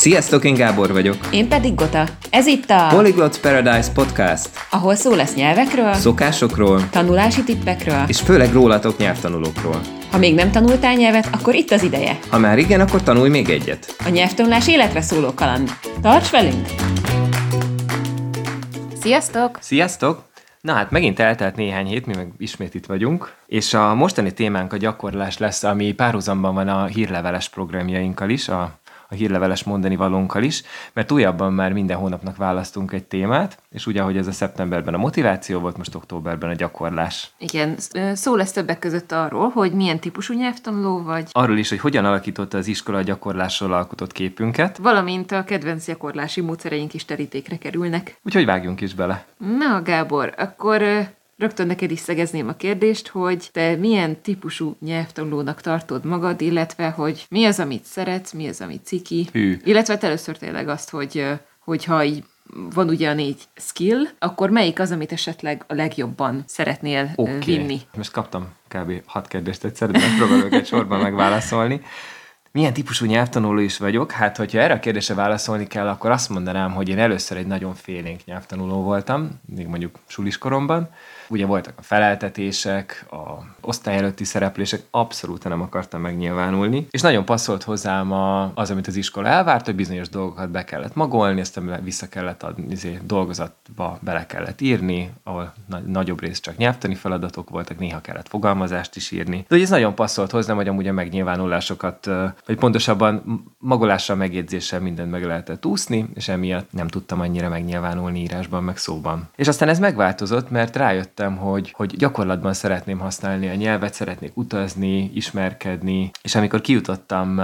Sziasztok, én Gábor vagyok. Én pedig Gota. Ez itt a Polyglot Paradise Podcast, ahol szó lesz nyelvekről, szokásokról, tanulási tippekről, és főleg rólatok nyelvtanulókról. Ha még nem tanultál nyelvet, akkor itt az ideje. Ha már igen, akkor tanulj még egyet. A nyelvtanulás életre szóló kaland. Tarts velünk! Sziasztok! Sziasztok! Na hát megint eltelt néhány hét, mi meg ismét itt vagyunk, és a mostani témánk a gyakorlás lesz, ami párhuzamban van a hírleveles programjainkkal is, a hírleveles mondani valónkkal is, mert újabban már minden hónapnak választunk egy témát, és ugye, ahogy ez a szeptemberben a motiváció volt, most októberben a gyakorlás. Igen, szó lesz többek között arról, hogy milyen típusú nyelvtanuló vagy. Arról is, hogy hogyan alakította az iskola a gyakorlásról alkotott képünket. Valamint a kedvenc gyakorlási módszereink is terítékre kerülnek. Úgyhogy vágjunk is bele. Na, Gábor, akkor rögtön neked is szegezném a kérdést, hogy te milyen típusú nyelvtanulónak tartod magad, illetve hogy mi az, amit szeretsz, mi az, amit ciki. Hű. Illetve először tényleg azt, hogyha így van ugye a 4 skill, akkor melyik az, amit esetleg a legjobban szeretnél vinni? Most kaptam kb. 6 kérdést egyszerűen, megpróbálok egy sorban megválaszolni. Milyen típusú nyelvtanuló is vagyok? Hát, hogyha erre a kérdésre válaszolni kell, akkor azt mondanám, hogy én először egy nagyon félénk nyelvtanuló voltam, még mondjuk suliskoromban. Ugye voltak a feleltetések, a osztály előtti szereplések, abszolút nem akartam megnyilvánulni. És nagyon passzolt hozzám az, amit az iskola elvárt, hogy bizonyos dolgokat be kellett magolni, aztán vissza kellett adni, dolgozatba bele kellett írni, ahol nagyobb rész csak nyelvtani feladatok voltak, néha kellett fogalmazást is írni. De ez nagyon passzolt hozzám, hogy amúgy a megnyilvánulásokat, vagy pontosabban magolással, megjegyzéssel mindent meg lehetett úszni, és emiatt nem tudtam annyira megnyilvánulni írásban, meg szóban. És aztán ez megváltozott, mert rájöttem, hogy gyakorlatban szeretném használni a nyelvet, szeretnék utazni, ismerkedni, és amikor kijutottam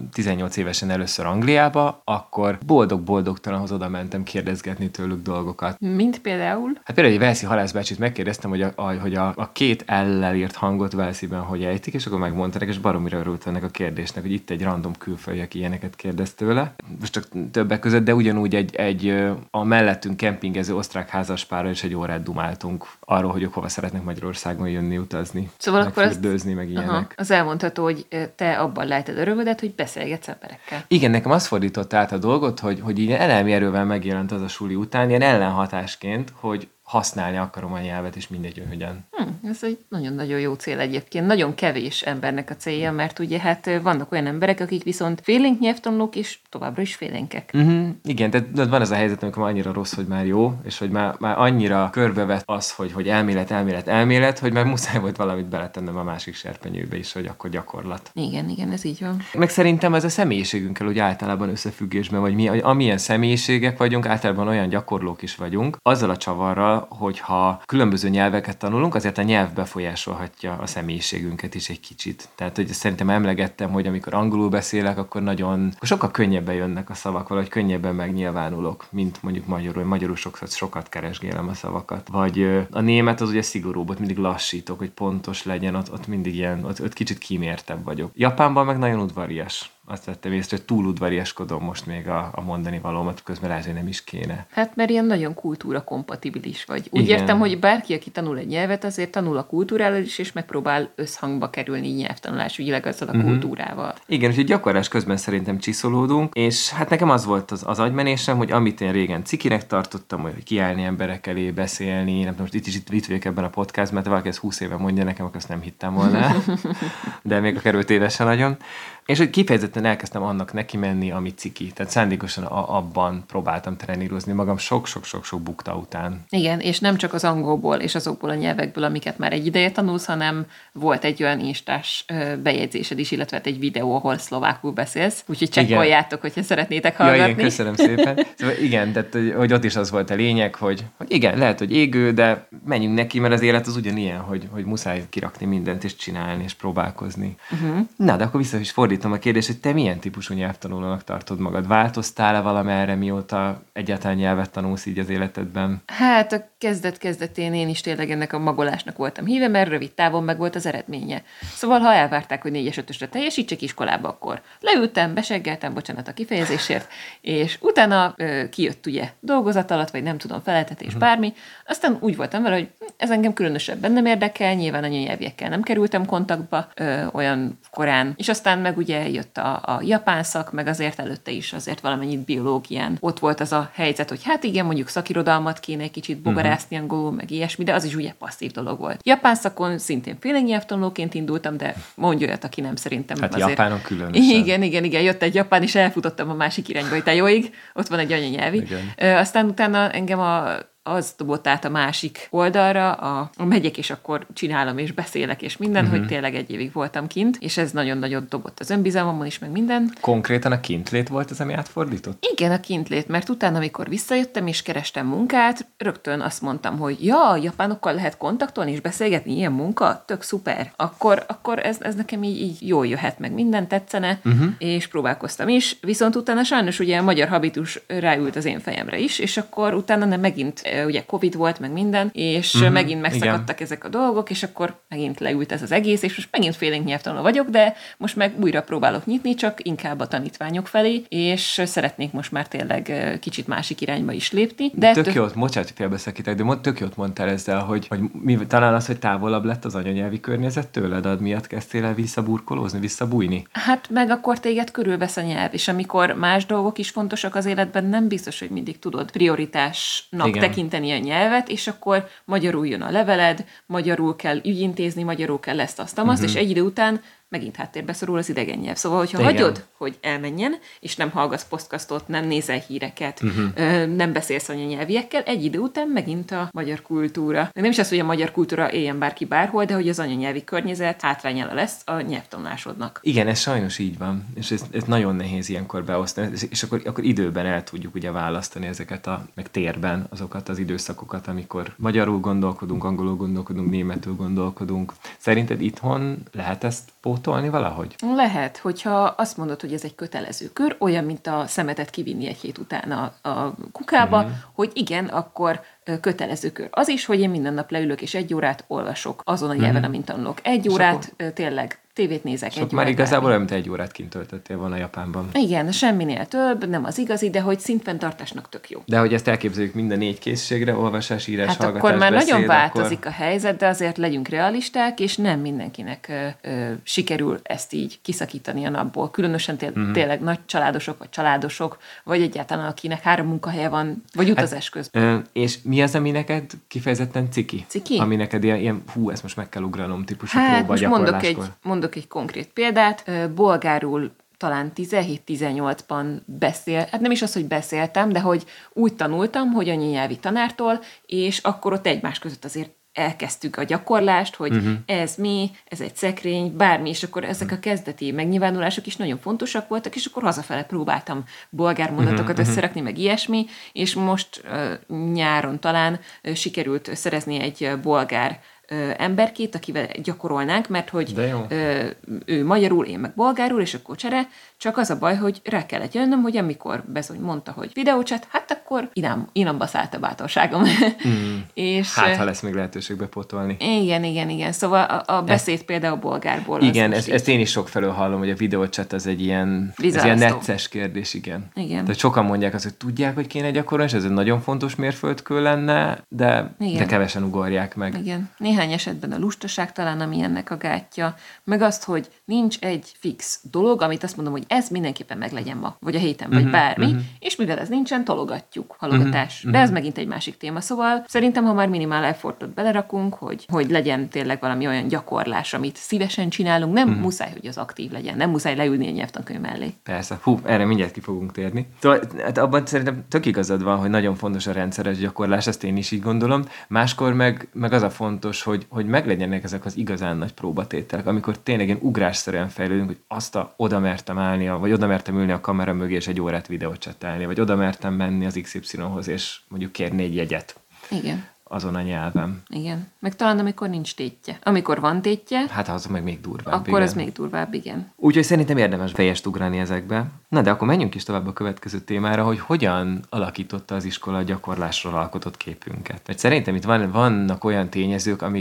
18 évesen először Angliába, akkor boldog-boldogtalanhoz oda mentem kérdezgetni tőlük dolgokat. Mint például? Hát például egy walesi halászbácsit megkérdeztem, hogy a 2 L-lel írt hangot Walesiben hogy ejtik, és akkor megmondták, és baromira örült ennek a kérdésnek, hogy itt egy random külföldi, aki ilyeneket kérdez tőle. Most csak többek között, de ugyanúgy egy a mellettünk kempingező osztrák házaspárral is egy órát dumáltunk arról, hogy ők hova szeretnek Magyarországon jönni, utazni, szóval meg fürdőzni, meg ilyenek. Az elmondható, hogy te abban lejted a rövedet, hogy beszélgetsz emberekkel. Igen, nekem az fordított át a dolgot, hogy így elemi erővel megjelent az a suli után, ilyen ellenhatásként, hogy használni akarom a nyelvet, és mindegy, hogy hogyan. Ez egy nagyon-nagyon jó cél egyébként. Nagyon kevés embernek a célja, mert ugye hát vannak olyan emberek, akik viszont félénk nyelvtanulók, és továbbra is félénkek. Igen, tehát van ez a helyzet, amikor már annyira rossz, hogy már jó, és hogy már annyira körbevett az, hogy elmélet, hogy már muszáj volt valamit beletennem a másik serpenyőbe is, hogy akkor gyakorlat. Igen, ez így van. Meg szerintem ez a személyiségünkkel úgy általában összefüggésben, vagy mi, amilyen személyiségek vagyunk, általában olyan gyakorlók is vagyunk, azzal a csavarral, hogyha különböző nyelveket tanulunk, azért a nyelv befolyásolhatja a személyiségünket is egy kicsit. Tehát, hogy szerintem emlegettem, hogy amikor angolul beszélek, akkor sokkal könnyebben jönnek a szavak, valahogy könnyebben megnyilvánulok, mint mondjuk magyarul. Magyarul sokat keresgélem a szavakat. Vagy a német az ugye szigorúbb, ott mindig lassítok, hogy pontos legyen, ott mindig ilyen, ott kicsit kímértebb vagyok. Japánban meg nagyon udvarias. Azt vettem észre, hogy túl udvariaskodom most még a mondani valómat, közben lehet, hogy nem is kéne. Hát mert ilyen nagyon kultúra kompatibilis vagy. Úgy Igen. értem, hogy bárki, aki tanul egy nyelvet, azért tanul a kultúrával is, és megpróbál összhangba kerülni nyelvtanulás ügyileg azzal a kultúrával. Igen, úgyhogy gyakorlás közben szerintem csiszolódunk, és hát nekem az volt az agymenésem, hogy amit én régen cikinek tartottam, hogy kiállni emberek elé, beszélni, nem tudom, most itt vagyok ebben a podcastban, mert valaki ezt 20 éve mondja nekem, akkor azt nem hittem volna, de még a került évesen nagyon. És hogy kifejezetten elkezdtem annak neki menni, ami ciki. Tehát szándékosan abban próbáltam trenírozni magam sok-sok bukta után. Igen, és nem csak az angolból és azokból a nyelvekből, amiket már egy ideje tanulsz, hanem volt egy olyan instás bejegyzésed is, illetve egy videó, ahol szlovákul beszélsz. Úgyhogy csekkoljátok, hogyha szeretnétek hallgatni. Ja, igen, köszönöm szépen. Szóval igen, tehát hogy ott is az volt a lényeg, hogy igen, lehet, hogy égő, de menjünk neki, mert az élet az ugyanilyen, hogy muszáj kirakni mindent és csinálni és próbálkozni. Na, de akkor vissza is fordítom a kérdést, hogy te milyen típusú nyelvtanulónak tartod magad? Változtál-e valamerre, mióta egyáltalán nyelvet tanulsz így az életedben? Hát a kezdetén én is tényleg ennek a magolásnak voltam híve, mert rövid távon meg volt az eredménye. Szóval ha elvárták, hogy 4-es 5-ösre teljesítsek iskolába, akkor leültem, beseggeltem, bocsánat a kifejezésért, és utána kijött ugye dolgozat alatt, vagy nem tudom, feleltetés, bármi. Aztán úgy voltam vele, hogy ez engem különösebben nem érdekel, nyilván anyanyelviekkel nem kerültem kontaktba olyan korán, és aztán meg ugye jött a japán szak, meg azért előtte is azért valamennyit biológián. Ott volt az a helyzet, hogy hát igen, mondjuk szakirodalmat kéne egy kicsit bogarászni angolul, meg ilyesmi, de az is ugye passzív dolog volt. Japán szakon szintén félnyelvtanulóként indultam, de mondj olyat, aki nem, szerintem hát azért. japánon különösen. Igen, jött egy japán, és elfutottam a másik irányba, itt a jóig, ott van egy anyanyelvi. Aztán utána engem az dobott át a másik oldalra, a megyek, és akkor csinálom, és beszélek, és minden, hogy tényleg egy évig voltam kint, és ez nagyon-nagyon dobott az önbizalmamon is, meg minden. Konkrétan a kintlét volt az, ami átfordított? Igen, a kintlét, mert utána, amikor visszajöttem, és kerestem munkát, rögtön azt mondtam, hogy ja, a japánokkal lehet kontaktolni, és beszélgetni, ilyen munka, tök szuper. Akkor ez nekem így jól jöhet, meg minden tetszene, és próbálkoztam is, viszont utána sajnos ugye a magyar habitus ráült az én fejemre is, és akkor utána nem megint ugye Covid volt, meg minden, és megint megszakadtak ezek a dolgok, és akkor megint leült ez az egész, és most megint félénk nyelvtanuló vagyok, de most meg újra próbálok nyitni, csak inkább a tanítványok felé, és szeretnék most már tényleg kicsit másik irányba is lépni. De tök jót, bocsánat, hogy félbeszakítek, de tök jót mondtál ezzel, hogy talán az, hogy távolabb lett az anyanyelvi környezet tőled, ad miatt kezdtél el visszaburkolózni, visszabújni? Hát meg akkor téged körülvesz a nyelv, és amikor más dolgok is fontosak az életben, nem biztos, hogy mindig tudod prioritásnak tekinteni a nyelvet, és akkor magyarul jön a leveled, magyarul kell ügyintézni, magyarul kell ezt-azt, és egy idő után megint háttérbe szorul az idegen nyelv. Szóval, hogyha hagyod, hogy elmenjen, és nem hallgatsz podcastot, nem nézel híreket, nem beszélsz anyanyelviekkel, egy idő után megint a magyar kultúra. Nem is az, hogy a magyar kultúra éljen bárki bárhol, de hogy az anyanyelvi környezet hátrányára lesz a nyelvtanulásodnak. Igen, ez sajnos így van, és ez nagyon nehéz ilyenkor beosztani, és akkor időben el tudjuk ugye választani ezeket meg térben azokat az időszakokat, amikor magyarul gondolkodunk, angolul gondolkodunk, németül gondolkodunk. Szerinted itthon lehet ezt pótolni valahogy? Lehet, hogyha azt mondod, hogy ez egy kötelező kör, olyan, mint a szemetet kivinni egy hét után a kukába, hogy igen, akkor kötelező kör. Az is, hogy én minden nap leülök, és 1 órát olvasok azon a nyelven, amint tanulok. 1 órát tényleg tévét nézek. Sok már igazából olyan, mint 1 órát kint töltöttél volna Japánban. Igen, semminél több, nem az igazi, de hogy szintfenntartásnak tök jó. De hogy ezt elképzeljük minden 4 készségre, olvasás, írás, hát hallgatás, akkor már beszéd, nagyon változik a helyzet, de azért legyünk realisták, és nem mindenkinek sikerül ezt így kiszakítani a napból. Különösen tényleg nagy családosok, vagy egyáltalán akinek 3 munkahelye van, vagy utazás közben. És mi az, ami neked kifejezetten ciki? Ciki? Ami neked ilyen ezt most meg kell ugranom típusú próba gyakorláskor. Mondok egy konkrét példát. Bolgárul talán 17-18-ban hát nem is az, hogy beszéltem, de hogy úgy tanultam, hogy anyanyelvi tanártól, és akkor ott egymás között azért elkezdtük a gyakorlást, hogy ez mi, ez egy szekrény, bármi, és akkor ezek a kezdeti megnyilvánulások is nagyon fontosak voltak, és akkor hazafele próbáltam bolgár mondatokat összerakni, meg ilyesmi, és most nyáron talán sikerült szerezni egy bolgár emberkét, akivel gyakorolnánk, mert hogy ő magyarul, én meg bolgárul, és akkor csere, csak az a baj, hogy rá kellett jönnöm, hogy amikor Bezony mondta, hogy videóchat, hát akkor inamba szállt a bátorságom. És, hát, ha lesz még lehetőség bepótolni. Igen. Szóval a beszéd például bolgárból. Igen, ezt én is sokfelől hallom, hogy a videóchat az egy ilyen necces kérdés, igen. Tehát sokan mondják azt, hogy tudják, hogy kéne gyakorolni, és ez egy nagyon fontos mérföldkő lenne, de kevesen ugorják meg. Igen. Néhány esetben a lustaság talán, ami ennek a gátja, meg azt, hogy nincs egy fix dolog, amit azt mondom, hogy ez mindenképpen meglegyen ma, vagy a héten, vagy bármi, és mivel ez nincsen, tologatjuk, halogatás. De ez megint egy másik téma. Szóval szerintem, ha már minimál effortot belerakunk, hogy legyen tényleg valami olyan gyakorlás, amit szívesen csinálunk, nem muszáj, hogy az aktív legyen, nem muszáj leülni a nyelvtankönyv mellé. Persze, erre mindjárt ki fogunk térni. Hát abban szerintem tök igazad van, hogy nagyon fontos a rendszeres gyakorlás, ezt én is így gondolom. Máskor meg az a fontos, hogy meglegyenek ezek az igazán nagy próbatételek, amikor tényleg ilyen ugrásszerűen fejlődünk, hogy oda mertem állni, vagy oda mertem ülni a kamera mögé, és 1 órát videót csetelni, vagy oda mertem menni az XY-hoz, és mondjuk kérni egy jegyet. Igen. Azon a nyelven. Igen. Meg talán amikor nincs tétje. Amikor van tétje, hát az meg még durvább. Akkor az még durvább, igen. Úgyhogy szerintem érdemes fejest ugrani ezekbe. Na, de akkor menjünk is tovább a következő témára, hogy hogyan alakította az iskola a gyakorlásról alkotott képünket. Mert szerintem itt vannak olyan tényezők, amik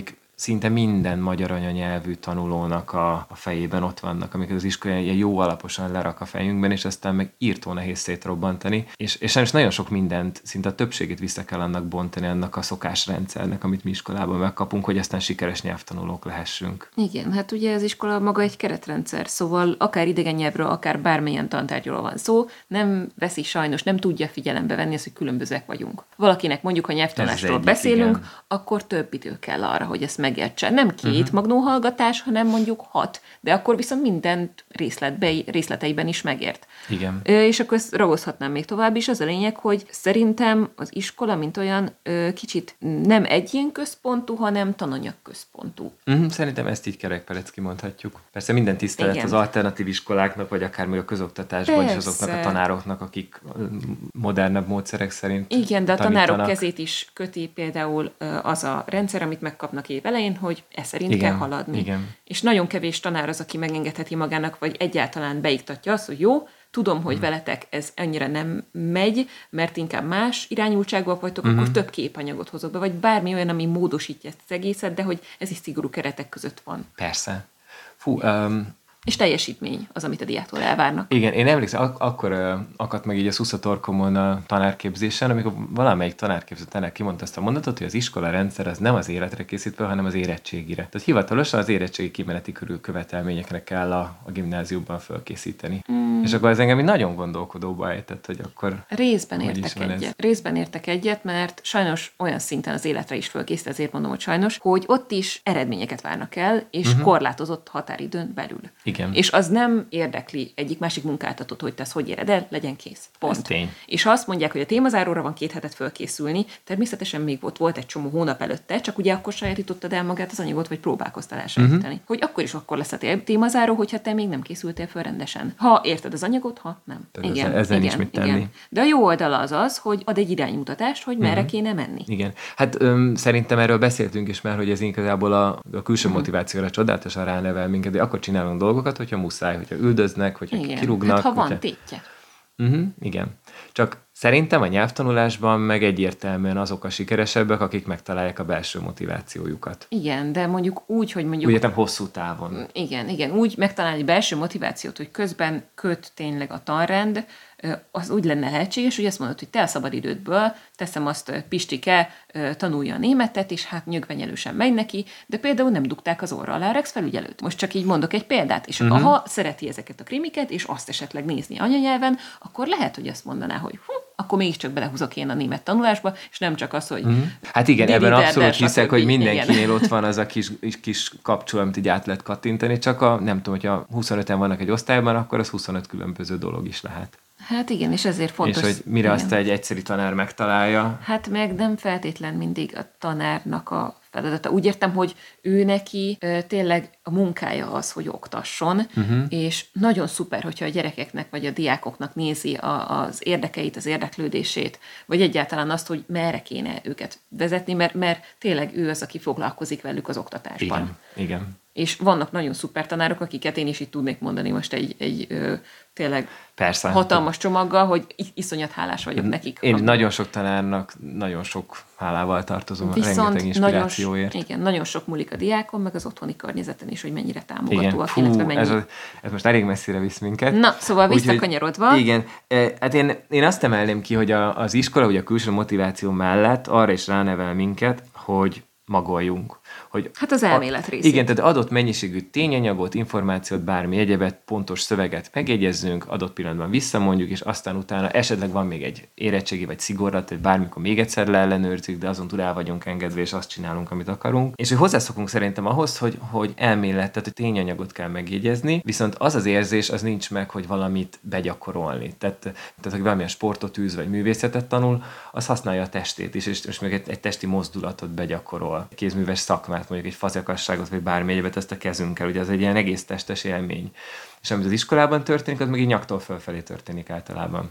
szinte minden magyar anyanyelvű tanulónak a fejében ott vannak, amikor az iskola ilyen jó alaposan lerak a fejünkben, és aztán meg írtó nehéz szétrobbantani. És sajnos nagyon sok mindent, szinte a többségét vissza kell annak bontani, annak a szokásrendszernek, amit mi iskolában megkapunk, hogy aztán sikeres nyelvtanulók lehessünk. Igen, hát ugye az iskola maga egy keretrendszer, szóval akár idegen nyelvről, akár bármilyen tantárgyról van szó, nem veszi sajnos, nem tudja figyelembe venni azt, hogy különbözőek vagyunk. Valakinek mondjuk, ha nyelvtanulásról beszélünk, igen, akkor több idő kell arra, hogy ezt megértse. Nem 2 magnóhallgatás, hanem mondjuk 6, de akkor viszont mindent részleteiben is megért. Igen. És akkor ezt ragozhatnám még tovább is. Az a lényeg, hogy szerintem az iskola, mint olyan, kicsit nem egyén központú, hanem tananyag központú. Szerintem ezt így kerekperec kimondhatjuk. Persze minden tisztelet igen, az alternatív iskoláknak, vagy akár még a közoktatásban is azoknak a tanároknak, akik modernebb módszerek szerint igen, de a tanítanak. tanárok kezét is köti például az a rendszer, amit megkapnak év elején, hogy e szerint kell haladni. Igen. És nagyon kevés tanár az, aki megengedheti magának, vagy egyáltalán beiktatja azt, hogy jó, tudom, hogy veletek ez ennyire nem megy, mert inkább más irányultságúak vagytok, akkor több képanyagot hozok be, vagy bármi olyan, ami módosítja ezt az egészet, de hogy ez is szigorú keretek között van. Persze. Fú, és teljesítmény az, amit a diáktól elvárnak. Igen, én emlékszem, akkor akadt meg így a szuszatorkomon a tanárképzésen, amikor valamelyik tanárképző tanár kimondta azt a mondatot, hogy az iskola rendszer az nem az életre készítve, hanem az érettségire. Tehát hivatalosan az érettségi kimeneti követelményekre kell a gimnáziumban fölkészíteni. És akkor ez engem így nagyon gondolkodóba ejtett, hogy akkor... Részben értek egyet, mert sajnos olyan szinten az életre is fölkészít, ezért mondom, hogy sajnos, hogy ott is eredményeket várnak el, és korlátozott határidőn belül. Igen. És az nem érdekli egyik másik munkáltatót, hogy te ezt hogy éred el, legyen kész. Pont. És ha azt mondják, hogy a témazáróra van 2 hetet fölkészülni, természetesen még volt egy csomó hónap előtte, csak ugye akkor sajátítottad el magát az anyagot, vagy próbálkoztál elsajátítani. Hogy akkor is akkor lesz a témazáró, hogyha te még nem készültél föl rendesen. Ha érted az anyagot, ha nem. Ezzel nincs mit tenni. Igen. De a jó oldala az, hogy ad egy iránymutatást, hogy merre kéne menni. Igen. Hát szerintem erről beszéltünk is már, hogy ez igazából a külső motivációra csodálatosan ránevel minket, de akkor csinálunk dolgokat, hogyha muszáj, hogyha üldöznek, hogyha kirúgnak. Hát, ha van tétje. Igen. Csak szerintem a nyelvtanulásban meg egyértelműen azok a sikeresebbek, akik megtalálják a belső motivációjukat. Igen, de mondjuk úgy, hogy mondjuk... Úgy értem hosszú távon. Igen, úgy megtalálni belső motivációt, hogy közben köt tényleg a tanrend, az úgy lenne lehetséges, hogy azt mondod, hogy te a szabadidődből, teszem azt, Pistike tanulja a németet, és hát nyögvenyelősen megy neki, de például nem dugták az orra alá a Rex felügyelőt. Most csak így mondok egy példát, és ha szereti ezeket a krimiket, és azt esetleg nézni anyanyelven, akkor lehet, hogy azt mondaná, hogy akkor mégiscsak belehúzok én a német tanulásba, és nem csak az, hogy... Hát igen, ebben abszolút hiszek, hogy mindenkinél ott van az a kis kapcsolat, amit így át lehet kattintani, csak nem tudom, hogyha 25-en vannak egy osztályban, akkor az 25 különböző dolog is lehet. Hát igen, és ezért fontos. És hogy mire azt egy egyszerű tanár megtalálja. Hát meg nem feltétlen mindig a tanárnak a feladata. Úgy értem, hogy ő neki tényleg a munkája az, hogy oktasson, és nagyon szuper, hogyha a gyerekeknek vagy a diákoknak nézi az érdekeit, az érdeklődését, vagy egyáltalán azt, hogy merre kéne őket vezetni, mert tényleg ő az, aki foglalkozik velük az oktatásban. Igen. És vannak nagyon szuper tanárok, akiket én is itt tudnék mondani most egy tényleg persze, hatalmas csomaggal, hogy iszonyat hálás vagyok nekik. Én nagyon sok tanárnak nagyon sok hálával tartozom, rengeteg inspirációért. Nagyon sok múlik a diákon, meg az otthoni környezeten is, hogy mennyire támogatóak, illetve mennyi. Ez most elég messzire visz minket. Na, szóval visszakanyarodva. Igen, hát én azt emelném ki, hogy az iskola, ugye a külső motiváció mellett arra is ránevel minket, hogy magoljunk. Hogy hát az elmélet részét. Igen, tehát adott mennyiségű tényanyagot, információt, bármi egyebet, pontos szöveget megjegyezzünk, adott pillanatban visszamondjuk, és aztán utána esetleg van még egy érettségi vagy szigorlat, vagy bármikor még egyszer leellenőrzik, de azon túl el vagyunk engedve, és azt csinálunk, amit akarunk. És hogy hozzászokunk szerintem ahhoz, hogy elmélet, tehát hogy tényanyagot kell megjegyezni, viszont az az érzés, az nincs meg, hogy valamit begyakorolni. Tehát hogy valamilyen sportot űz, vagy művészetet tanul, az használja a testét is, és még egy testi mozdulatot begyakorol. Kézműves szakmát, mondjuk egy fazekasságot, vagy bármi egyebet, ezt a kezünkkel, ugye az egy ilyen egész testes élmény. És amit az iskolában történik, az meg így nyaktól fölfelé történik általában.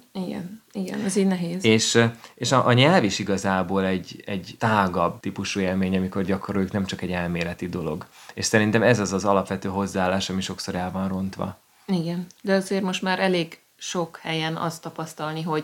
Igen, ez így nehéz. És a nyelv is igazából egy tágabb típusú élmény, amikor gyakoroljuk, nem csak egy elméleti dolog. És szerintem ez az alapvető hozzáállás, ami sokszor el van rontva. Igen, de azért most már elég sok helyen azt tapasztalni, hogy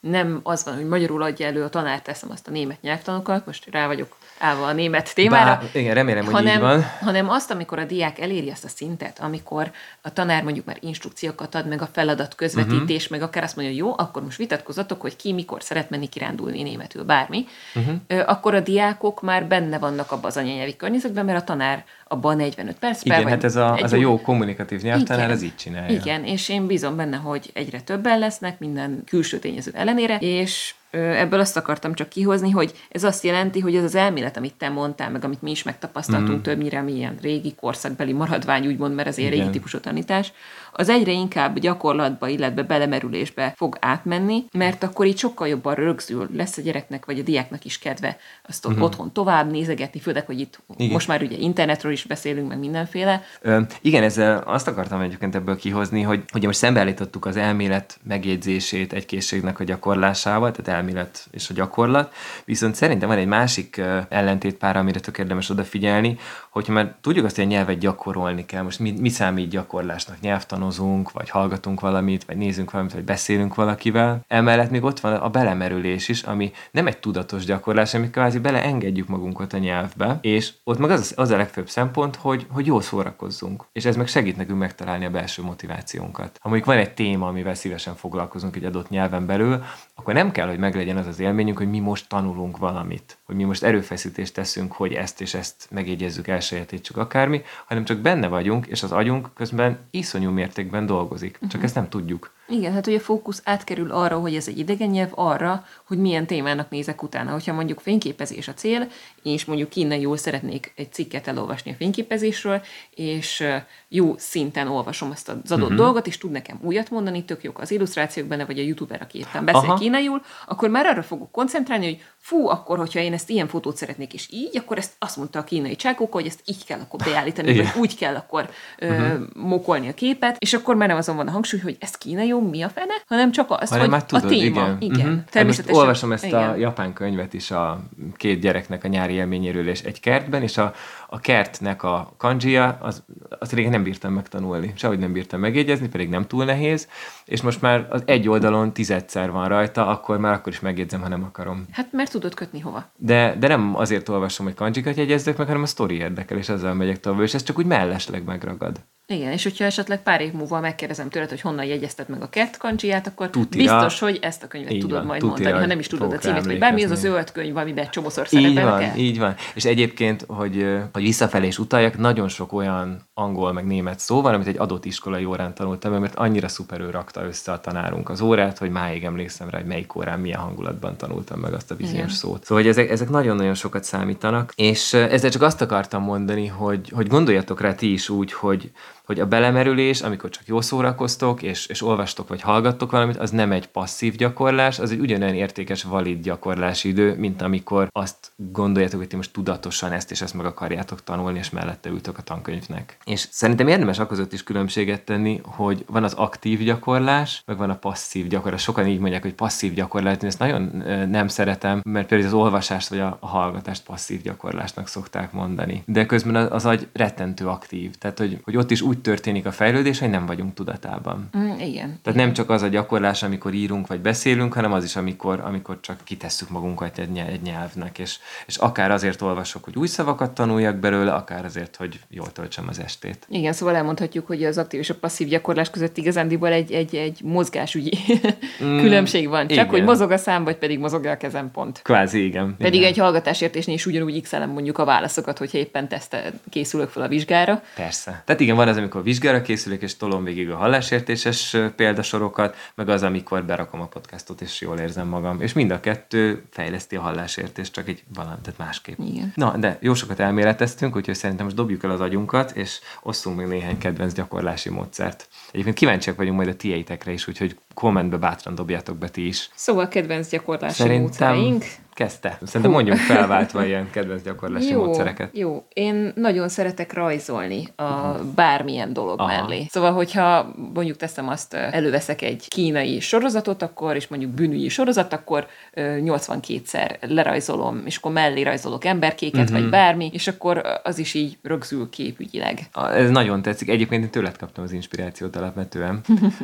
nem az van, hogy magyarul adja elő a tanár, teszem azt a német nyelvtanokat, most rá vagyok állva a német témára. Igen, remélem, hogy így van. Hanem azt, amikor a diák eléri azt a szintet, amikor a tanár mondjuk már instrukciókat ad, meg a feladat közvetítés, meg akár azt mondja, hogy jó, akkor most vitatkozatok, hogy ki mikor szeret menni kirándulni németül, bármi, akkor a diákok már benne vannak abban az anyanyelvi környezetben, mert a tanár abban 45 percben. Igen, hát ez a jó kommunikatív nyelvtanár, ez így csinálja. Igen, és én bízom benne, hogy egyre többen lesznek minden külső tényező ellenére, és ebből azt akartam csak kihozni, hogy ez azt jelenti, hogy ez az elmélet, amit te mondtál, meg amit mi is megtapasztaltunk többnyire, ami ilyen régi korszakbeli maradvány, úgymond, mert ez ilyen régi típusú tanítás, az egyre inkább gyakorlatba, illetve belemerülésbe fog átmenni, mert akkor így sokkal jobban rögzül, lesz a gyereknek vagy a diáknak is kedve azt otthon tovább nézegetni, főleg, hogy itt most már ugye internetről is beszélünk, meg mindenféle. Igen, ezzel azt akartam egyébként ebből kihozni, hogy ugye most szembeállítottuk az elmélet megjegyzését egy készségnek a gyakorlásával, tehát elmélet és a gyakorlat, viszont szerintem van egy másik ellentétpár, amire tök érdemes odafigyelni, hogyha már tudjuk azt, hogy a nyelvet gyakorolni kell, most mi számít gyakorlásnak, nyelvtanozunk, vagy hallgatunk valamit, vagy nézünk valamit, vagy beszélünk valakivel. Emellett még ott van a belemerülés is, ami nem egy tudatos gyakorlás, amit kvázi beleengedjük magunkat a nyelvbe, és ott meg az a legfőbb szempont, hogy jól szórakozzunk. És ez meg segít nekünk megtalálni a belső motivációnkat. Ha mondjuk van egy téma, amivel szívesen foglalkozunk egy adott nyelven belül, akkor nem kell, hogy meglegyen az élményünk, hogy mi most tanulunk valamit, hogy mi most erőfeszítést teszünk, hogy ezt és ezt megjegyezzük, elsajátítsuk akármi, hanem csak benne vagyunk, és az agyunk közben iszonyú mértékben dolgozik. Csak ezt nem tudjuk. Igen, hát ugye a fókusz átkerül arra, hogy ez egy idegen nyelv, arra, hogy milyen témának nézek utána. Hogyha mondjuk fényképezés a cél, és mondjuk innen jól szeretnék egy cikket elolvasni a fényképezésről, és jó szinten olvasom ezt az adott dolgot, és tud nekem újat mondani, tök jók az illusztrációk benne, vagy a youtuber, aki éppen beszél kínaiul, akkor már arra fogok koncentrálni, hogy akkor, hogyha én ezt ilyen fotót szeretnék, és így, akkor ezt azt mondta a kínai csákóka, hogy ezt így kell akkor beállítani, vagy úgy kell akkor mokolni a képet, és akkor már nem azon van a hangsúly, hogy ez kínai, mi a fene, hanem csak az, hogy tudod, a téma. Igen. Természetesen. Most olvasom ezt a japán könyvet is a két gyereknek a nyári élményéről, és egy kertben, és a kertnek a kanjia, azt régen nem bírtam megtanulni. Sehogy nem bírtam megjegyezni, pedig nem túl nehéz, és most már az egy oldalon 10-szer van rajta, akkor is megjegyzem, ha nem akarom. Hát mert tudod kötni hova. De nem azért olvasom, hogy kanjikat jegyezzek meg, hanem a sztori érdekel, és azzal megyek tovább, és ez csak úgy mellesleg megragad. Igen, és hogyha esetleg pár év múlva megkérdezem tőled, hogy honnan jegyezted meg a kert kanjiját, akkor biztos, hogy ezt a könyvet tudod majd mondani, ha nem is tudod a címét, vagy bármi az a zöld könyv, amiben csomószor szerepel. Így van. És egyébként, hogy visszafelé is utaljak, nagyon sok olyan angol meg német szó van, amit egy adott iskolai órán tanultam, mert annyira szuperül rakta össze a tanárunk az órát, hogy máig emlékszem rá, hogy melyik órán milyen hangulatban tanultam meg azt a bizonyos szót. Szóval, hogy ezek nagyon-nagyon sokat számítanak, és ezzel csak azt akartam mondani, hogy gondoljatok rá ti is úgy, hogy a belemerülés, amikor csak jól szórakoztok, és olvastok vagy hallgattok valamit, az nem egy passzív gyakorlás, az egy ugyanolyan értékes, valid gyakorlási idő, mint amikor azt gondoljátok, hogy ti most tudatosan ezt és ezt meg akarjátok tanulni, és mellette ültök a tankönyvnek. És szerintem érdemes akközött is különbséget tenni, hogy van az aktív gyakorlás, meg van a passzív gyakorlás. Sokan így mondják, hogy passzív gyakorlás, én ezt nagyon nem szeretem, mert például az olvasást vagy a hallgatást passzív gyakorlásnak szokták mondani. De közben az agy rettentő aktív. Tehát, hogy ott is úgy történik a fejlődés, hogy nem vagyunk tudatában. Igen. Tehát nem csak az a gyakorlás, amikor írunk vagy beszélünk, hanem az is, amikor csak kitesszük magunkat egy nyelvnek, és akár azért olvasok, hogy új szavakat tanuljak belőle, akár azért, hogy jól töltsem az estét. Igen, szóval elmondhatjuk, hogy az aktív és a passzív gyakorlás között igazándiból egy mozgásügyi különbség van. Csak igen. Hogy mozog a szám, vagy pedig mozog a kezem, pont. Kvázi, igen. Pedig igen. egy hallgatásértésnél is ugyanúgy x-elem mondjuk a válaszokat, hogyha éppen készülök fel a vizsgára. Persze. Tehát igen, van az, amikor vizsgára készülök, és tolom végig a hallásértéses példasorokat, meg az, amikor berakom a podcastot, és jól érzem magam. És mind a kettő fejleszti a hallásértést, csak egy tehát másképp. Igen. Na, de jó sokat elméleteztünk, úgyhogy szerintem most dobjuk el az agyunkat, és osszunk még néhány kedvenc gyakorlási módszert. Egyébként kíváncsiak vagyunk majd a tieitekre is, úgyhogy kommentbe bátran dobjátok be ti is. Szóval kedvenc gyakorlási módszereink. Kezdte. Szerintem mondjuk felváltva ilyen kedvenc gyakorlási módszereket. Jó, én nagyon szeretek rajzolni bármilyen dolog mellé. Szóval, hogyha mondjuk teszem azt, előveszek egy kínai sorozatot, akkor, és mondjuk bűnügyi sorozat, akkor 82-szer lerajzolom, és akkor mellé rajzolok emberkéket, vagy bármi, és akkor az is így rögzül képügyileg. Ez nagyon tetszik. Egyébként én tőled kaptam az inspirációt alapvetően.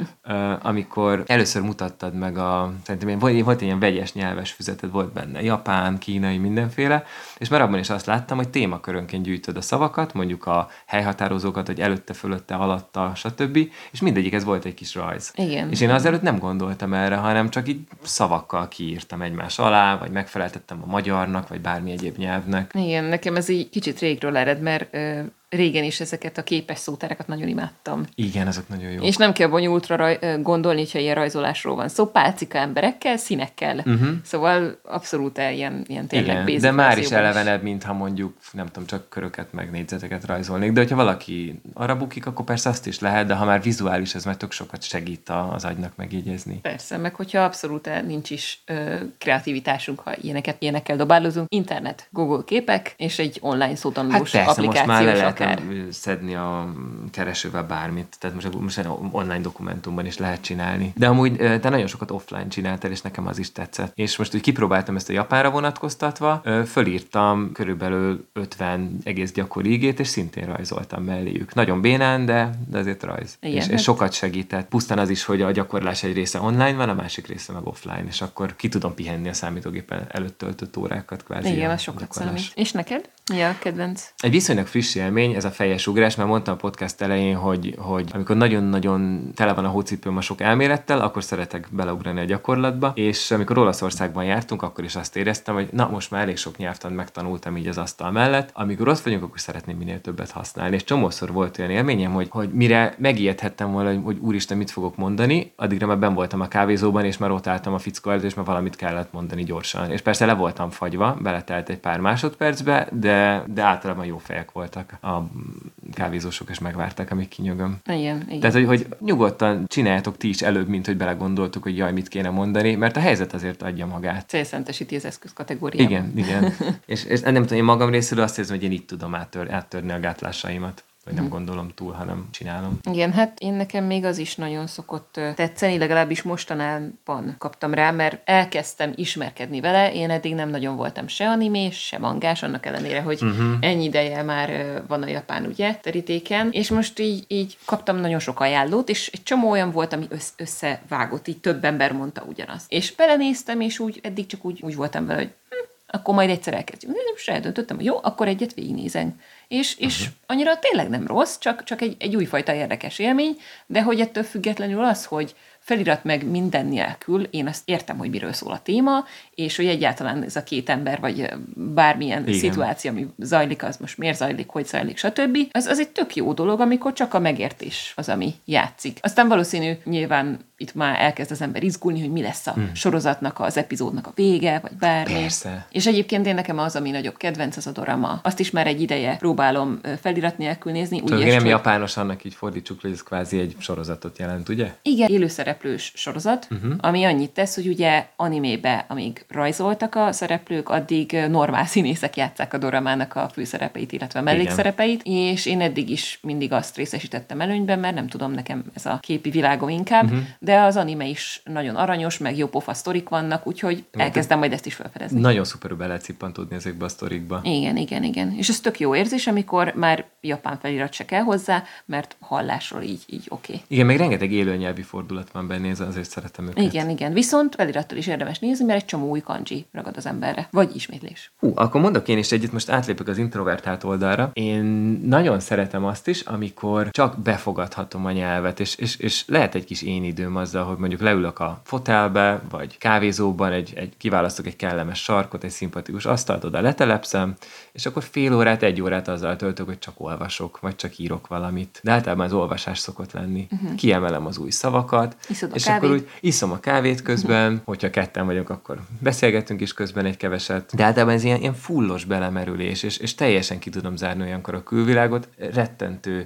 Amikor először mutattad meg szerintem volt egy ilyen vegyes nyelves füzeted, volt benne japán, kínai, mindenféle, és már abban is azt láttam, hogy témakörönként gyűjtöd a szavakat, mondjuk a helyhatározókat, hogy előtte, fölötte, alatta, stb. És mindegyikhez volt egy kis rajz. Igen. És én azelőtt nem gondoltam erre, hanem csak így szavakkal kiírtam egymás alá, vagy megfeleltettem a magyarnak, vagy bármi egyéb nyelvnek. Igen, nekem ez így kicsit régről ered, mert régen is ezeket a képes szótárakat nagyon imádtam. Igen, azok nagyon jó. És nem kell bonyolultra gondolni, hogyha ilyen rajzolásról van szó, pálcika emberekkel, színekkel. Szóval abszolút ilyen tényleg basic. De már is elevenebb, mintha mondjuk, nem tudom, csak köröket meg négyzeteket rajzolnék. De hogyha valaki arra bukik, akkor persze azt is lehet, de ha már vizuális, ez már tök sokat segít az agynak megjegyezni. Persze, meg hogyha abszolút nincs is kreativitásunk, ha ilyenekkel dobálozunk. Internet, Google képek, és egy online szótanulós applikáció. Szedni a keresővel bármit, tehát most online dokumentumban is lehet csinálni. De amúgy te nagyon sokat offline csináltál, és nekem az is tetszett. És most úgy kipróbáltam ezt a japánra vonatkoztatva, fölírtam körülbelül 50 egész gyakori igét, és szintén rajzoltam melléjük. Nagyon bénán, de azért rajz. Igen, és sokat segített. Pusztán az is, hogy a gyakorlás egy része online van, a másik része meg offline, és akkor ki tudom pihenni a számítógépen előtt töltött órákat kvázi. Igen, az sokat számít. És neked? Mi a kedvenc? Egy viszonylag friss élmény, ez a fejes ugrás, mert mondtam a podcast elején, hogy amikor nagyon-nagyon tele van a hócipőm a sok elmélettel, akkor szeretek beleugrani a gyakorlatba, és amikor Olaszországban jártunk, akkor is azt éreztem, hogy na, most már elég sok nyelvtant megtanultam így az asztal mellett, amikor ott vagyunk, akkor szeretném minél többet használni. És csomószor volt olyan élményem, hogy mire megijedhettem volna, hogy úristen, mit fogok mondani, addigra már benn voltam a kávézóban, és már ott álltam a fickó előtt, és már valamit kellett mondani gyorsan. És persze le voltam fagyva, beletelt egy pár másodpercbe, de általában jó fejek voltak a kávézósok, és megvárták, amíg kinyögöm. Igen. Tehát, hogy nyugodtan csináljátok ti is előbb, mint hogy belegondoltuk, hogy jaj, mit kéne mondani, mert a helyzet azért adja magát. Célszentesíti az eszköz kategóriában. Igen. és nem tudom, én magam részéről azt érzem, hogy én itt tudom áttörni a gátlásaimat. Vagy nem gondolom túl, hanem csinálom. Igen, hát én nekem még az is nagyon szokott tetszeni, legalábbis mostanában kaptam rá, mert elkezdtem ismerkedni vele, én eddig nem nagyon voltam se animés, se mangás, annak ellenére, hogy ennyi ideje már van a japán, ugye, terítéken, és most így kaptam nagyon sok ajánlót, és egy csomó olyan volt, ami összevágott, így több ember mondta ugyanazt. És belenéztem, és eddig csak úgy voltam vele, hogy akkor majd egyszer elkezdjük. És eldöntöttem, hogy jó, akkor egyet végignézem. És annyira tényleg nem rossz, csak egy újfajta érdekes élmény, de hogy ettől függetlenül az, hogy felirat meg minden nélkül, én azt értem, hogy miről szól a téma, és hogy egyáltalán ez a két ember, vagy bármilyen szituáció, ami zajlik, az most miért zajlik, hogy zajlik, stb. Az egy tök jó dolog, amikor csak a megértés az, ami játszik. Aztán valószínű, nyilván itt már elkezd az ember izgulni, hogy mi lesz a sorozatnak, az epizódnak a vége, vagy bármi. Persze. És egyébként én nekem az, ami nagyobb kedvenc, az a dorama. Azt is már egy ideje próbálom felirat nélkül nézni. Nem japános, annak így fordítsuk, hogy ez kvázi egy sorozatot jelent, ugye? Igen, élőszereplős sorozat, ami annyit tesz, hogy ugye animébe, amíg rajzoltak a szereplők, addig normál színészek játsszák a doramának a főszerepeit, illetve a mellékszerepeit, és én eddig is mindig azt részesítettem előnyben, mert nem tudom, nekem ez a képi világom inkább, de az anime is nagyon aranyos, meg jó pofa sztorik vannak, úgyhogy elkezdem majd ezt is felfedezni. Nagyon szuperül be lehet cippantódni ezekbe a sztorikba. Igen. És ez tök jó érzés, amikor már japán felirat se kell hozzá, mert hallásról így oké. Igen, meg rengeteg élőnyelvi fordulat van benne, azért szeretem őket. Igen. Viszont felirattal is érdemes nézni, mert egy csomó új kanji ragad az emberre. Vagy ismétlés. Akkor mondok én is egyet, most átlépek az introvertált oldalra. Én nagyon szeretem azt is, amikor csak befogadhatom a nyelvet, és lehet egy kis én időm azzal, hogy mondjuk leülök a fotelbe, vagy kávézóban, kiválasztok egy kellemes sarkot, egy szimpatikus asztalt, oda letelepszem, és akkor fél órát, egy órát azzal töltök, hogy csak olvasok, vagy csak írok valamit. De általában az olvasás szokott lenni. Kiemelem az új szavakat, és akkor úgy iszom a kávét közben, hogyha ketten vagyunk, akkor beszélgetünk is közben egy keveset. De általában ez ilyen fullos belemerülés, és teljesen ki tudom zárni olyankor a külvilágot, rettentő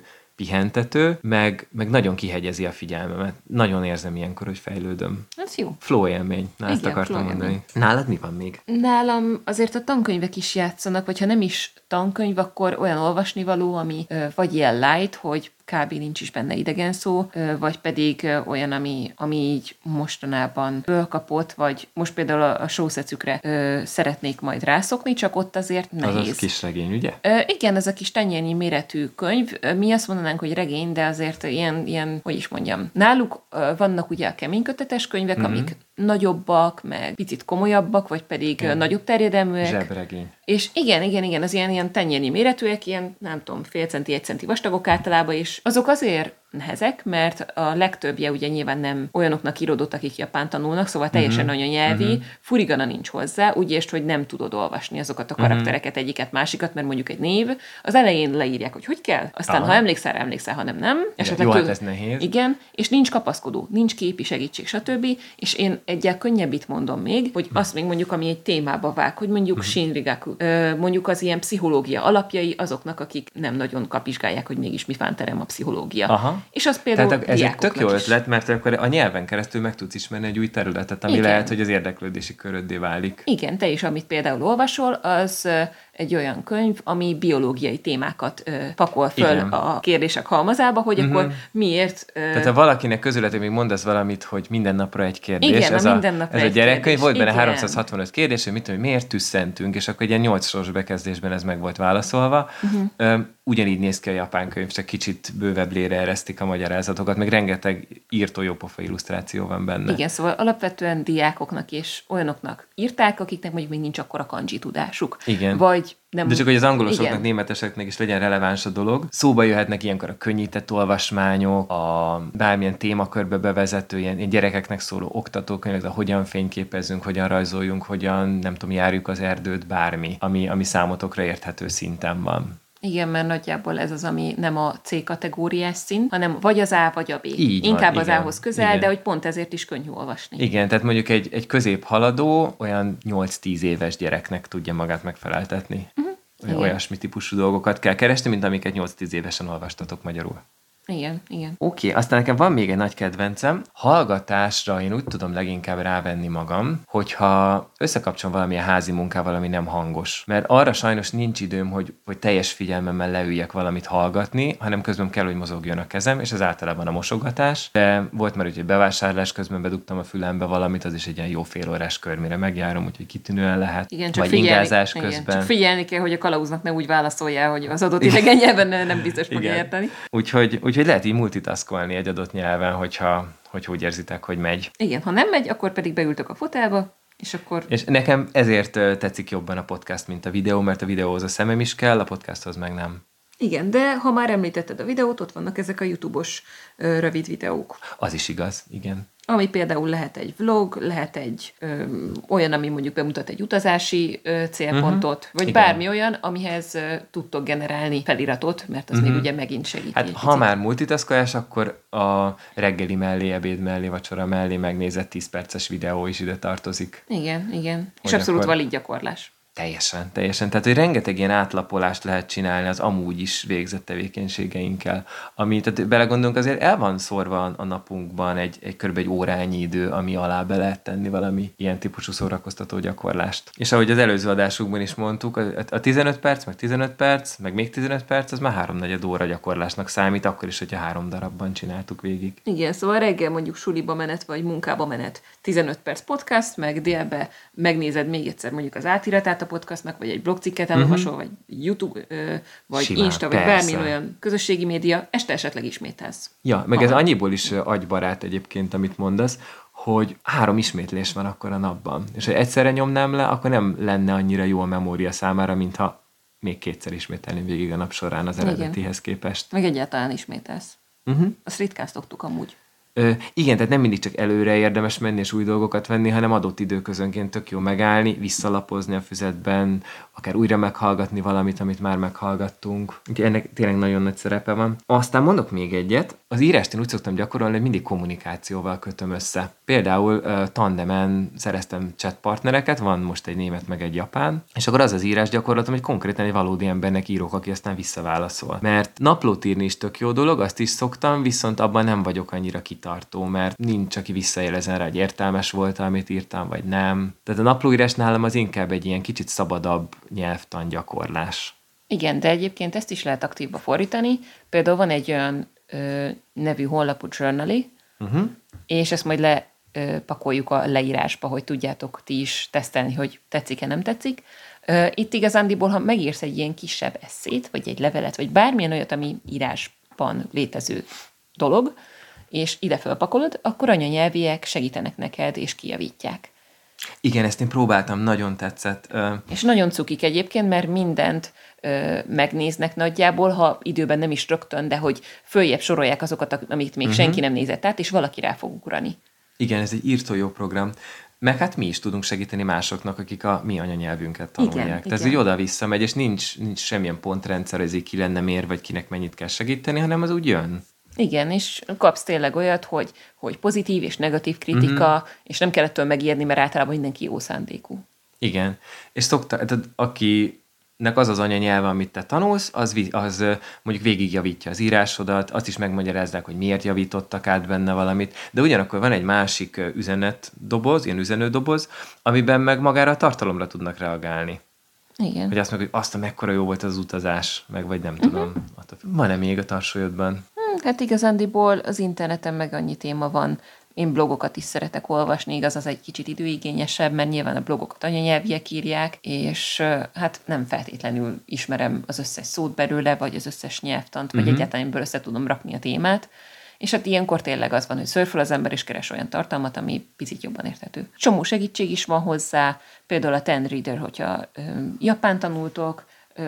pihentető, meg nagyon kihegyezi a figyelmemet. Nagyon érzem ilyenkor, hogy fejlődöm. Ez jó. Flow élmény. Ezt Igen, akartam flow mondani. élmény. Nálad mi van még? Nálam azért a tankönyvek is játszanak, vagy ha nem is tankönyv, akkor olyan olvasnivaló, ami vagy ilyen light, hogy kb. Nincs is benne idegen szó, vagy pedig olyan, ami így mostanában fölkapott, vagy most például a sószecükre szeretnék majd rászokni, csak ott azért nehéz. Az kis regény, ugye? Igen, ez a kis tenyérnyi méretű könyv. Mi azt mondanánk, hogy regény, de azért ilyen, hogy is mondjam, náluk vannak ugye a keménykötetes könyvek, amik nagyobbak, meg picit komolyabbak, vagy pedig nagyobb terjedelműek. Zsebregény. És igen, az ilyen tenyérnyi méretűek, ilyen, nem tudom, fél centi, 1 centi vastagok általában, és azok azért nehezek, mert a legtöbbje ugye nyilván nem olyanoknak íródott, akik japán tanulnak, szóval teljesen anyanyelvi, furigana nincs hozzá, úgy értsd, hogy nem tudod olvasni azokat a karaktereket, egyiket, másikat, mert mondjuk egy név, az elején leírják, hogy kell, aztán ha emlékszel, ha nem. Jó, hát ez nehéz. Igen, és nincs kapaszkodó, nincs képi segítség, stb. És én egyel könnyebbit mondom még, hogy azt még mondjuk, ami egy témába vág, hogy mondjuk Shinrigaku, mondjuk az ilyen pszichológia alapjai azoknak, akik nem nagyon kapizsgálják, hogy mégis mi fánterem a pszichológia. Aha. És az például tehát ez egy tök jó is. ötlet, mert akkor a nyelven keresztül meg tudsz ismerni egy új területet, ami lehet, hogy az érdeklődési köröddé válik. Igen, te is, amit például olvasol, az egy olyan könyv, ami biológiai témákat pakol föl a kérdések halmazába, hogy akkor miért... Tehát ha valakinek közületek még mondasz valamit, hogy minden napra egy kérdés, igen, ez a gyerekkönyv, volt benne igen. 365 kérdés, hogy mit tudom, miért tüsszentünk, és akkor egy ilyen 8 soros bekezdésben ez meg volt válaszolva. Ugyanígy néz ki a japán könyv, csak kicsit bővebblére eresztik a magyarázatokat, meg rengeteg írtó jópofa illusztráció van benne. Igen, szóval alapvetően diákoknak és olyanoknak írták, akiknek mondjuk még nincs akkora kanji tudásuk. Igen. Vagy nem, de csak, hogy az angolosoknak, németeseknek is legyen releváns a dolog. Szóba jöhetnek ilyenkor a könnyített olvasmányok, a bármilyen témakörbe bevezető, ilyen gyerekeknek szóló oktatókönyvek, de hogyan fényképezzünk, hogyan rajzoljunk, hogyan, nem tudom, járjuk az erdőt, bármi, ami számotokra érthető szinten van. Igen, mert nagyjából ez az, ami nem a C kategóriás szint, hanem vagy az A, vagy a B. Így inkább van, az igen, A-hoz közel, igen. de hogy pont ezért is könnyű olvasni. Igen, tehát mondjuk egy középhaladó olyan 8-10 éves gyereknek tudja magát megfeleltetni. Olyasmi típusú dolgokat kell keresni, mint amiket 8-10 évesen olvastatok magyarul. Igen. Oké, aztán nekem van még egy nagy kedvencem. Hallgatásra én úgy tudom leginkább rávenni magam, hogyha összekapcsolom valamilyen házi munkával, ami nem hangos. Mert arra sajnos nincs időm, hogy teljes figyelmemmel leüljek valamit hallgatni, hanem közben kell, hogy mozogjon a kezem, és ez általában a mosogatás. De volt már úgy, hogy bevásárlás közben bedugtam a fülembe valamit, az is egy ilyen jó félórás kör, mire megjárom, úgyhogy kitűnően lehet. Igen, csak vagy ingázás közben. Igen, csak figyelni kell, hogy a kalauznak ne úgy válaszoljál, hogy az adott idegen nyelven nem biztos fogja érteni. Úgyhogy lehet így multitaskolni egy adott nyelven, hogy úgy érzitek, hogy megy. Igen, ha nem megy, akkor pedig beültök a fotelba, és akkor... És nekem ezért tetszik jobban a podcast, mint a videó, mert a videóhoz a szemem is kell, a podcasthoz meg nem. Igen, de ha már említetted a videót, ott vannak ezek a YouTube-os rövid videók. Az is igaz, igen. Ami például lehet egy vlog, lehet egy olyan, ami mondjuk bemutat egy utazási célpontot, vagy igen. bármi olyan, amihez tudtok generálni feliratot, mert az még ugye megint segíti. Hát ha már multitaskolás, akkor a reggeli mellé, ebéd mellé, vacsora mellé megnézett 10 perces videó is ide tartozik. Igen. És abszolút valid gyakorlás. Teljesen. Tehát, hogy rengeteg ilyen átlapolást lehet csinálni az amúgy is végzett tevékenységeinkkel. Tehát belegondolunk, azért el van szórva a napunkban egy kb. Egy órányi idő, ami alá be lehet tenni valami ilyen típusú szórakoztató gyakorlást. És ahogy az előző adásukban is mondtuk, a 15 perc, meg 15 perc, meg még 15 perc, az már 3-4 óra gyakorlásnak számít, akkor is, hogyha 3 darabban csináltuk végig. Igen, szóval reggel mondjuk suliba menet, vagy munkába menet 15 perc podcast, meg délbe megnézed még egyszer mondjuk az átiratát a podcastnak, vagy egy blogcikket elolvasol, vagy YouTube, vagy simán, Insta, vagy bármi olyan közösségi média, este esetleg ismételsz. Ja, meg ez annyiból is agybarát egyébként, amit mondasz, hogy 3 ismétlés van akkor a napban. És ha egyszerre nyomnám le, akkor nem lenne annyira jó a memória számára, mintha még 2-szer ismételni végig a nap során az eredetihez képest. Meg egyáltalán ismételsz. Azt ritkán szoktuk amúgy. Igen, tehát nem mindig csak előre érdemes menni és új dolgokat venni, hanem adott időközönként tök jó megállni, visszalapozni a füzetben, akár újra meghallgatni valamit, amit már meghallgattunk. Úgyhogy ennek tényleg nagyon nagy szerepe van. Aztán mondok még egyet. Az írást én úgy szoktam gyakorolni, hogy mindig kommunikációval kötöm össze. Például tandemen szereztem chat partnereket, van most egy német meg egy japán, és akkor az írás gyakorlatom, hogy konkrétan egy valódi embernek írok, aki aztán visszaválaszol. Mert naplót írni is tök jó dolog, azt is szoktam, viszont abban nem vagyok annyira kitartó, mert nincs, aki visszajelezzen rá, hogy értelmes volt, amit írtam, vagy nem. Tehát a naplóírás nálam az inkább egy ilyen kicsit szabadabb nyelvtangyakorlás. Igen, de egyébként ezt is lehet aktívba fordítani. Például van egy olyan nevű honlapú Journaly, és ezt majd pakoljuk a leírásba, hogy tudjátok ti is tesztelni, hogy tetszik-e, nem tetszik. Itt igazándiból, ha megírsz egy ilyen kisebb esszét, vagy egy levelet, vagy bármilyen olyat, ami írásban létező dolog, és ide felpakolod, akkor anyanyelviek segítenek neked, és kijavítják. Igen, ezt én próbáltam, nagyon tetszett. És nagyon cukik egyébként, mert mindent megnéznek nagyjából, ha időben nem is rögtön, de hogy följebb sorolják azokat, amit még senki nem nézett át, és valaki rá fog ugrani. Igen, ez egy írtó jó program. Meg hát mi is tudunk segíteni másoknak, akik a mi anyanyelvünket tanulják. Igen, Tehát ez így oda-vissza megy, és nincs semmilyen pontrendszer, hogy ez így ki lenne mér, vagy kinek mennyit kell segíteni, hanem az úgy jön. Igen, és kapsz tényleg olyat, hogy pozitív és negatív kritika, és nem kell ettől megijedni, mert általában mindenki jó szándékú. Igen, és tehát akinek az az anyanyelve, amit te tanulsz, az mondjuk végigjavítja az írásodat, azt is megmagyarázzák, hogy miért javítottak át benne valamit, de ugyanakkor van egy másik üzenetdoboz, ilyen üzenődoboz, amiben meg magára a tartalomra tudnak reagálni. Igen. Hogy azt meg, hogy azt a mekkora jó volt az utazás, meg vagy nem tudom. Van-e még a tarsolyodban? Hát igazándiból az interneten meg annyi téma van. Én blogokat is szeretek olvasni, igaz, az egy kicsit időigényesebb, mert nyilván a blogokat anyanyelviek írják, és hát nem feltétlenül ismerem az összes szót belőle, vagy az összes nyelvtant, vagy egyáltalán ebből össze tudom rakni a témát. És hát ilyenkor tényleg az van, hogy szörföl az ember, és keres olyan tartalmat, ami picit jobban érthető. Csomó segítség is van hozzá, például a TenReader, hogyha japán tanultok,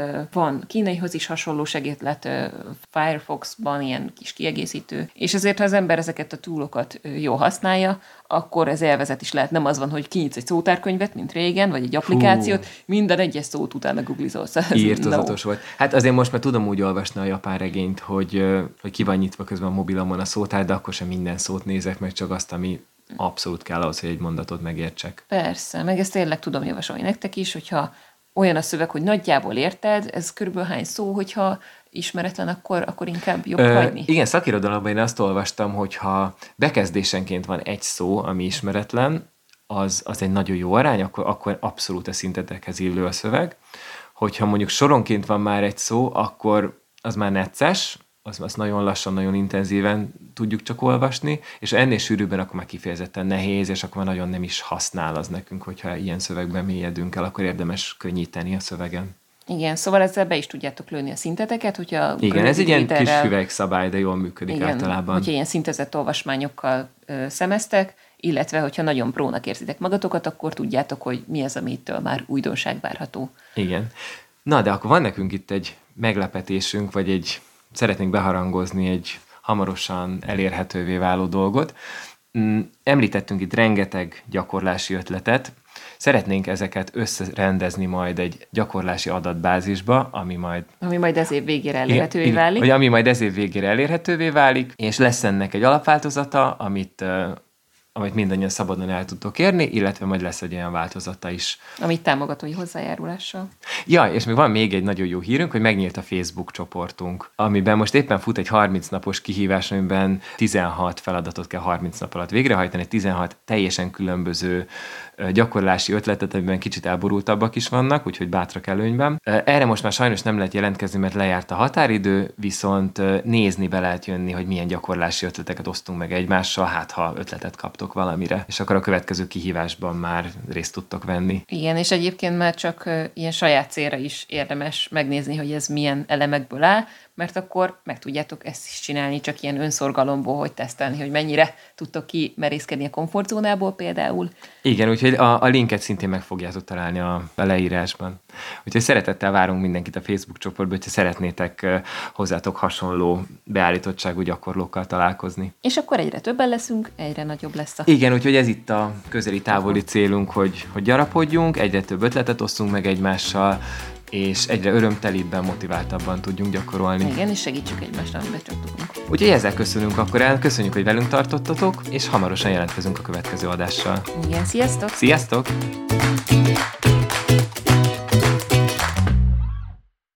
van kínaihoz is hasonló segédlet, Firefoxban ilyen kis kiegészítő, és ezért, ha az ember ezeket a túlokat jól használja, akkor ez élvezet is lehet. Nem az van, hogy kinyitsz egy szótárkönyvet, mint régen, vagy egy applikációt, minden egyes szót utána googlizolsz. Írtozatos volt. Hát azért most már tudom úgy olvasni a japán regényt, hogy ki van nyitva közben a mobilomon a szótár, de akkor sem minden szót nézek meg, csak azt, ami abszolút kell ahhoz, hogy egy mondatot megértsek. Persze, meg ezt tényleg tudom javasolni nektek is, hogyha olyan a szöveg, hogy nagyjából érted, ez körülbelül hány szó, hogyha ismeretlen, akkor inkább jobb hagyni. Igen, szakirodalomban én azt olvastam, hogy ha bekezdésenként van egy szó, ami ismeretlen, az egy nagyon jó arány, akkor abszolút a szintetekhez illő a szöveg. Hogyha mondjuk soronként van már egy szó, akkor az már necces, azt nagyon lassan, nagyon intenzíven tudjuk csak olvasni, és ennél sűrűbben akkor már kifejezetten nehéz, és akkor már nagyon nem is használ az nekünk, hogyha ilyen szövegben mélyedünk el, akkor érdemes könnyíteni a szövegen. Igen, szóval ezzel be is tudjátok lőni a szinteteket, hogyha... Igen, ez egy ilyen kis füvegszabály, de jól működik általában. Hogyha ilyen szintezett olvasmányokkal szemeztek, illetve hogyha nagyon prónak érzitek magatokat, akkor tudjátok, hogy mi az, amitől már újdonság várható. Igen. Na, de akkor van nekünk itt egy meglepetésünk, vagy szeretnénk beharangozni egy hamarosan elérhetővé váló dolgot. Említettünk itt rengeteg gyakorlási ötletet, szeretnénk ezeket összerendezni majd egy gyakorlási adatbázisba, ami majd ez év végére elérhetővé válik. Vagy ami majd ez év végére elérhetővé válik, és lesz ennek egy alapváltozata, amit mindannyian szabadon el tudtok érni, illetve majd lesz egy olyan változata is. Amit támogatói hozzájárulással. Ja, és még egy nagyon jó hírünk, hogy megnyílt a Facebook csoportunk, amiben most éppen fut egy 30 napos kihívás, amiben 16 feladatot kell 30 nap alatt végrehajtani, 16 teljesen különböző gyakorlási ötletet, amiben kicsit elborultabbak is vannak, úgyhogy bátrak előnyben. Erre most már sajnos nem lehet jelentkezni, mert lejárt a határidő, viszont nézni be lehet jönni, hogy milyen gyakorlási ötleteket osztunk meg egymással, hát ha ötletet kaptok valamire, és akkor a következő kihívásban már részt tudtok venni. Igen, és egyébként már csak ilyen saját célra is érdemes megnézni, hogy ez milyen elemekből áll. mert akkor meg tudjátok ezt is csinálni, csak ilyen önszorgalomból, hogy tesztelni, hogy mennyire tudtok kimerészkedni a komfortzónából például. Igen, úgyhogy a linket szintén meg fogjátok találni a leírásban. Úgyhogy szeretettel várunk mindenkit a Facebook csoportba, hogyha szeretnétek hozzátok hasonló beállítottságú gyakorlókkal találkozni. És akkor egyre többen leszünk, egyre nagyobb lesz a... Igen, úgyhogy ez itt a közeli távoli célunk, hogy gyarapodjunk, egyre több ötletet osztunk meg egymással, és egyre örömtelibben, motiváltabban tudjunk gyakorolni. Igen, és segítsük egymást, amiben csak tudunk. Úgyhogy ezzel köszönünk akkor el, köszönjük, hogy velünk tartottatok, és hamarosan jelentkezünk a következő adással. Igen, sziasztok! Sziasztok!